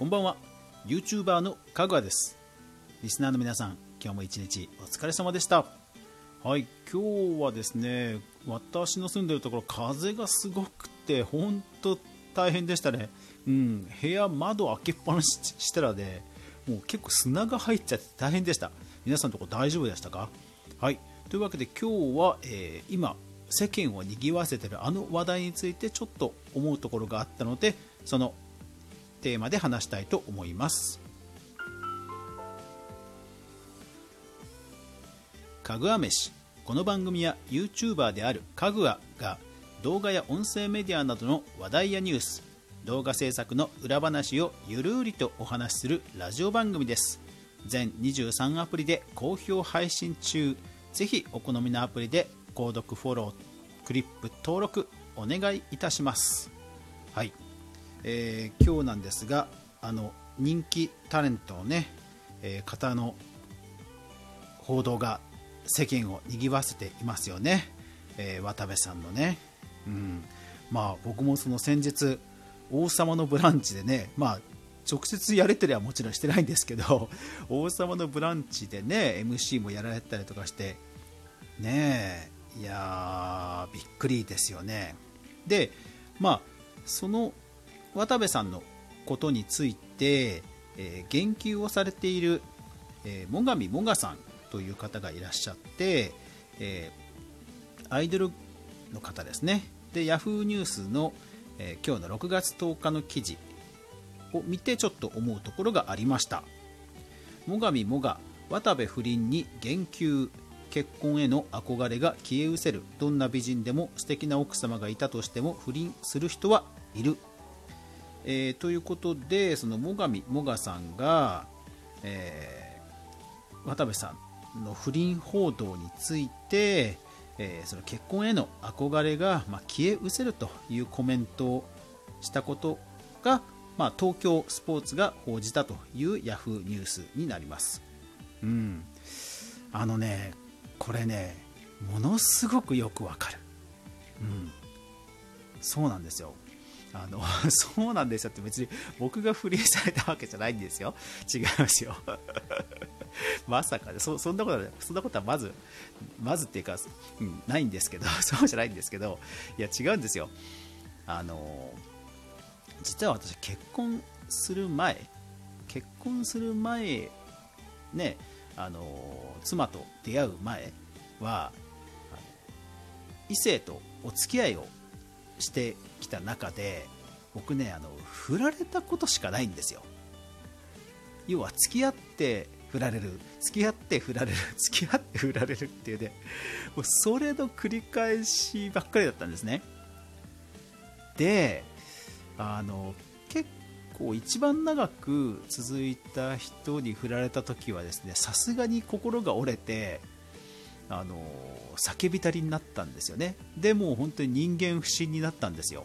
んばんは。 YouTuber のかぐわです。リスナーの皆さん、今日も一日お疲れ様でした。はい、今日はですね、私の住んでるところ風がすごくて本当大変でしたね。部屋窓開けっぱなししたらね、もう結構砂が入っちゃって大変でした。皆さんのところ大丈夫でしたか？はい、というわけで今日は、今世間を賑わせているあの話題についてちょっと思うところがあったので、そのテーマで話したいと思います。かぐわ飯。この番組は YouTuber であるかぐわが動画や音声メディアなどの話題やニュース、動画制作の裏話をゆるりとお話しするラジオ番組です。全23アプリで好評配信中。ぜひお好みのアプリで購読、フォロー、クリップ登録お願いいたします。はい、今日なんですが、人気タレントのね、方の報道が世間を賑わせていますよね。渡部さんのね、僕もその先日王様のブランチでね、直接やれてりゃもちろんしてないんですけど、王様のブランチでね MC もやられたりとかしてね、いやびっくりですよね。でその渡部さんのことについて、言及をされている、最上もがさんという方がいらっしゃって、アイドルの方ですね。でヤフーニュースの、今日の6月10日の記事を見てちょっと思うところがありました。最上もが渡部不倫に言及、結婚への憧れが消え失せる。どんな美人でも素敵な奥様がいたとしても不倫する人はいる、ということで、その最上もがさんが、渡部さんの不倫報道について、その結婚への憧れが、消え失せるというコメントをしたことが、東京スポーツが報じたというヤフーニュースになります。これね、ものすごくよくわかる。そうなんですよ。そうなんですよって別に僕が不倫されたわけじゃないんですよ。違いますよ。まさかね、そんなことはまずっていうか、ないんですけど、そうじゃないんですけど、いや違うんですよ。実は私結婚する前ね、妻と出会う前は異性とお付き合いをしてきた中で、僕ね、振られたことしかないんですよ。要は付き合って振られる、付き合って振られる、付き合って振られるっていうね、もうそれの繰り返しばっかりだったんですね。で、結構一番長く続いた人に振られた時はですね、さすがに心が折れて、叫びたりになったんですよね。でもう本当に人間不信になったんですよ。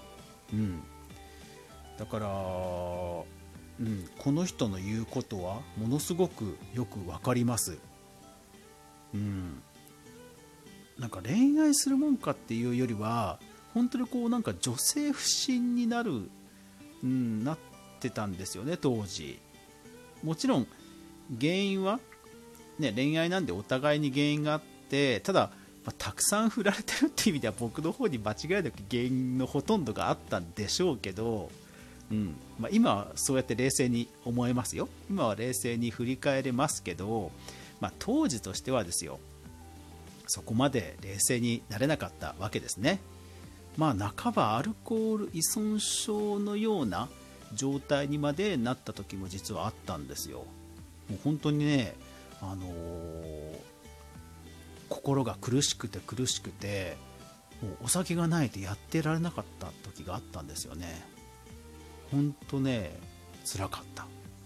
だから、この人の言うことはものすごくよくわかります。なんか恋愛するもんかっていうよりは、本当になんか女性不信になってたんですよね、当時。もちろん原因はね、恋愛なんでお互いに原因があって、ただ、たくさん振られてるっていう意味では僕の方に間違いなく原因のほとんどがあったんでしょうけど、今はそうやって冷静に思えますよ。今は冷静に振り返れますけど、当時としてはですよ、そこまで冷静になれなかったわけですね。半ばアルコール依存症のような状態にまでなった時も実はあったんですよ。もう本当にね、心が苦しくてもうお酒がないとやってられなかった時があったんですよね。本当ね、辛かった。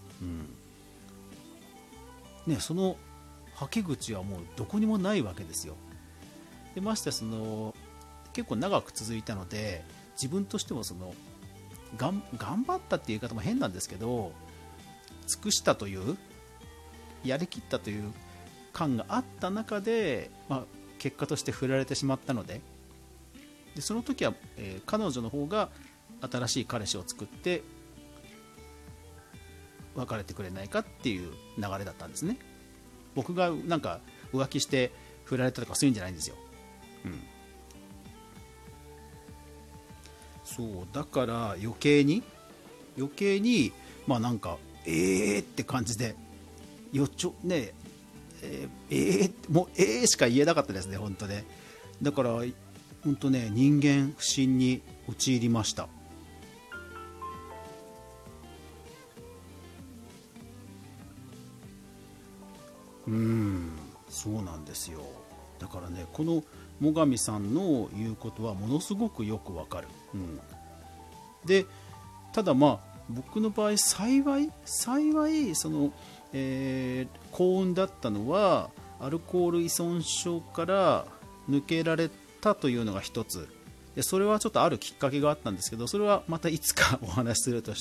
そのはけ口はもうどこにもないわけですよ。でまして結構長く続いたので、自分としても頑張ったっていう言い方も変なんですけど、尽くしたという、やりきったという感があった中で、結果として振られてしまったので、その時は、彼女の方が新しい彼氏を作って別れてくれないかっていう流れだったんですね。僕がなんか浮気して振られたとかそういうんじゃないんですよ。そうだから余計にまあなんかって感じでよちょねもうしか言えなかったですね、本当ね。だから本当ね、人間不信に陥りました。そうなんですよ。だからね、この最上さんの言うことはものすごくよくわかる。でただまあ僕の場合幸いその、幸運だったのはアルコール依存症から抜けられたというのが一つで、それはちょっとあるきっかけがあったんですけど、それはまたいつかお話しするとして、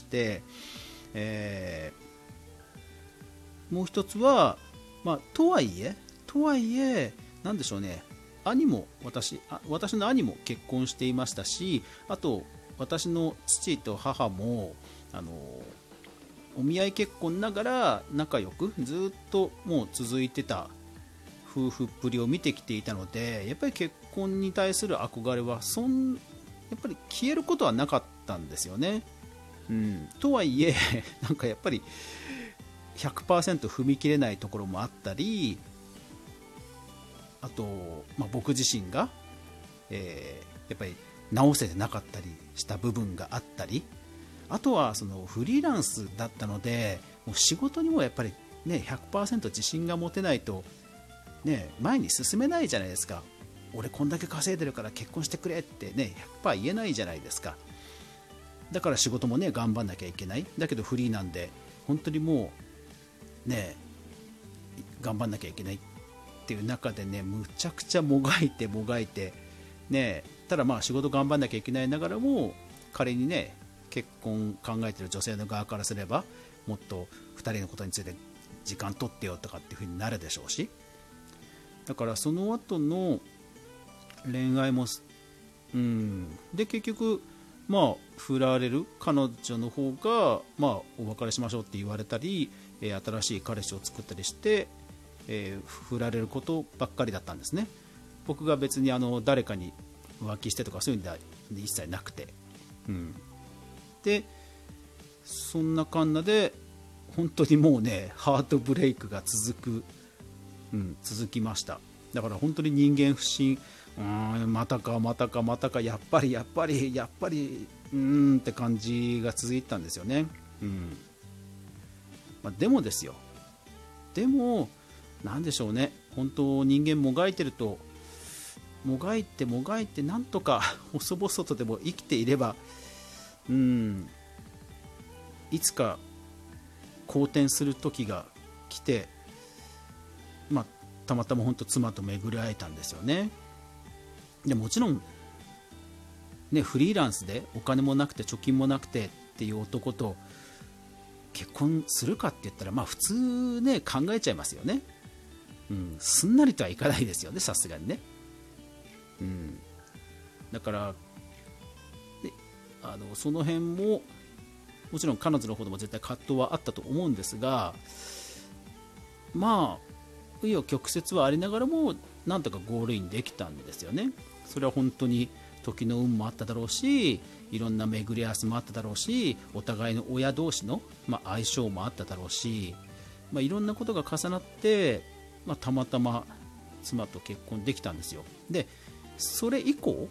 もう一つは、とはいえなんでしょうね、私の兄も結婚していましたし、あと私の父と母もお見合い結婚ながら仲良くずっともう続いてた夫婦っぷりを見てきていたので、やっぱり結婚に対する憧れはやっぱり消えることはなかったんですよね。とはいえなんかやっぱり 100% 踏み切れないところもあったり、あと、僕自身が、やっぱり直せてなかったりした部分があったり、あとはそのフリーランスだったので、もう仕事にもやっぱり、100% 自信が持てないと、前に進めないじゃないですか。俺こんだけ稼いでるから結婚してくれって、100% 言えないじゃないですか。だから仕事も頑張んなきゃいけない。だけどフリーなんで本当にもう頑張んなきゃいけないっていう中でむちゃくちゃもがいてただ仕事頑張んなきゃいけないながらも、仮に結婚考えてる女性の側からすれば、もっと2人のことについて時間取ってよとかっていう風になるでしょうし、だからその後の恋愛もで結局振られる彼女の方がお別れしましょうって言われたり、新しい彼氏を作ったりして、振られることばっかりだったんですね。僕が別に誰かに浮気してとかそういうのは一切なくて、でそんなかんなで本当にもうハートブレイクが続きました。だから本当に人間不信、またかやっぱりって感じが続いたんですよね。でもですよ、なんでしょうね、本当人間もがいてると、もがいてなんとか細々とでも生きていれば、いつか好転する時が来て、たまたま本当妻と巡り会えたんですよね。でもちろんフリーランスでお金もなくて貯金もなくてっていう男と結婚するかって言ったら、普通考えちゃいますよね。すんなりとはいかないですよね、さすがにね。だからその辺ももちろん彼女の方でも絶対葛藤はあったと思うんですが、紆余曲折はありながらもなんとかゴールインできたんですよね。それは本当に時の運もあっただろうし、いろんな巡り合わせもあっただろうし、お互いの親同士の、相性もあっただろうし、いろんなことが重なって、たまたま妻と結婚できたんですよ。でそれ以降、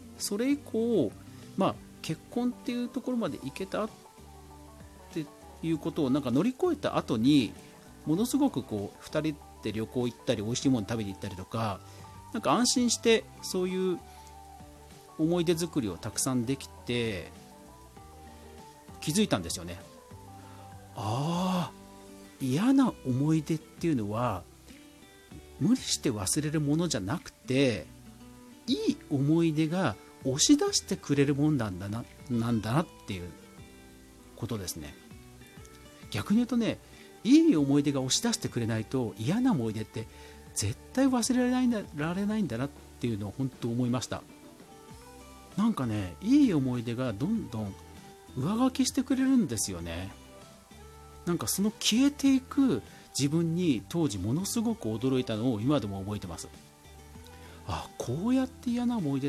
結婚っていうところまで行けたっていうことを乗り越えた後に、ものすごく2人で旅行行ったり美味しいもの食べに行ったりとか、安心してそういう思い出作りをたくさんできて気づいたんですよね。嫌な思い出っていうのは無理して忘れるものじゃなくて、いい思い出が押し出してくれるもんなんだなっていうことですね。逆に言うといい思い出が押し出してくれないと嫌な思い出って絶対忘れられないんだなっていうのを本当思いました。いい思い出がどんどん上書きしてくれるんですよね。 なんかその消えていく自分に当時ものすごく驚いたのを今でも覚えてます。あ、こうやって嫌な思い出って、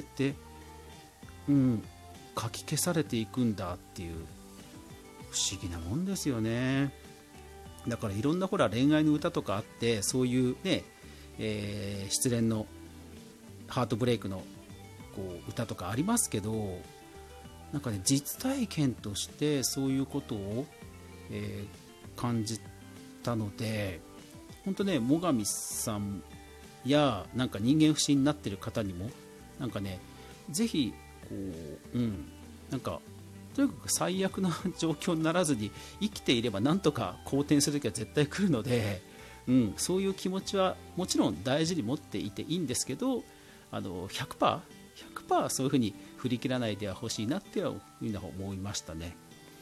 かき消されていくんだっていう、不思議なもんですよね。だからいろんな恋愛の歌とかあって、そういうね、失恋のハートブレイクの歌とかありますけど、なんかね、実体験としてそういうことを、感じたので、本当ね、最上さんやなんか人間不信になってる方にもなんかね、ぜひなんかとにかく最悪な状況にならずに生きていればなんとか好転する時は絶対来るので、そういう気持ちはもちろん大事に持っていていいんですけど、100% そういうふうに振り切らないでほしいなっては思いましたね。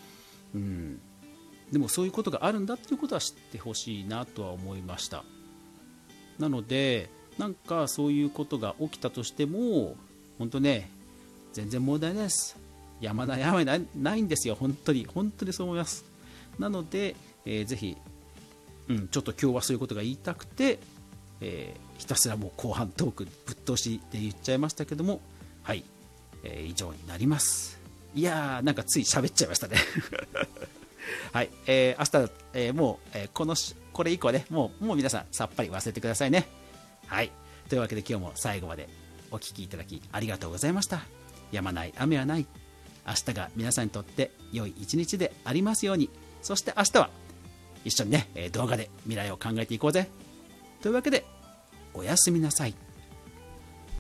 でもそういうことがあるんだっていうことは知ってほしいなとは思いました。なのでなんかそういうことが起きたとしても本当ね、全然問題ないです。山ないんですよ。本当にそう思います。なので、ぜひ、ちょっと今日はそういうことが言いたくて、ひたすらもう後半トークぶっ通しで言っちゃいましたけども、はい、以上になります。いやー、なんかつい喋っちゃいましたねはい、明日、もう、これ以降ね、もう皆さんさっぱり忘れてくださいね。はい、というわけで今日も最後までお聞きいただきありがとうございました。やまない雨はない。明日が皆さんにとって良い一日でありますように。そして明日は一緒にね、動画で未来を考えていこうぜ。というわけでおやすみなさい。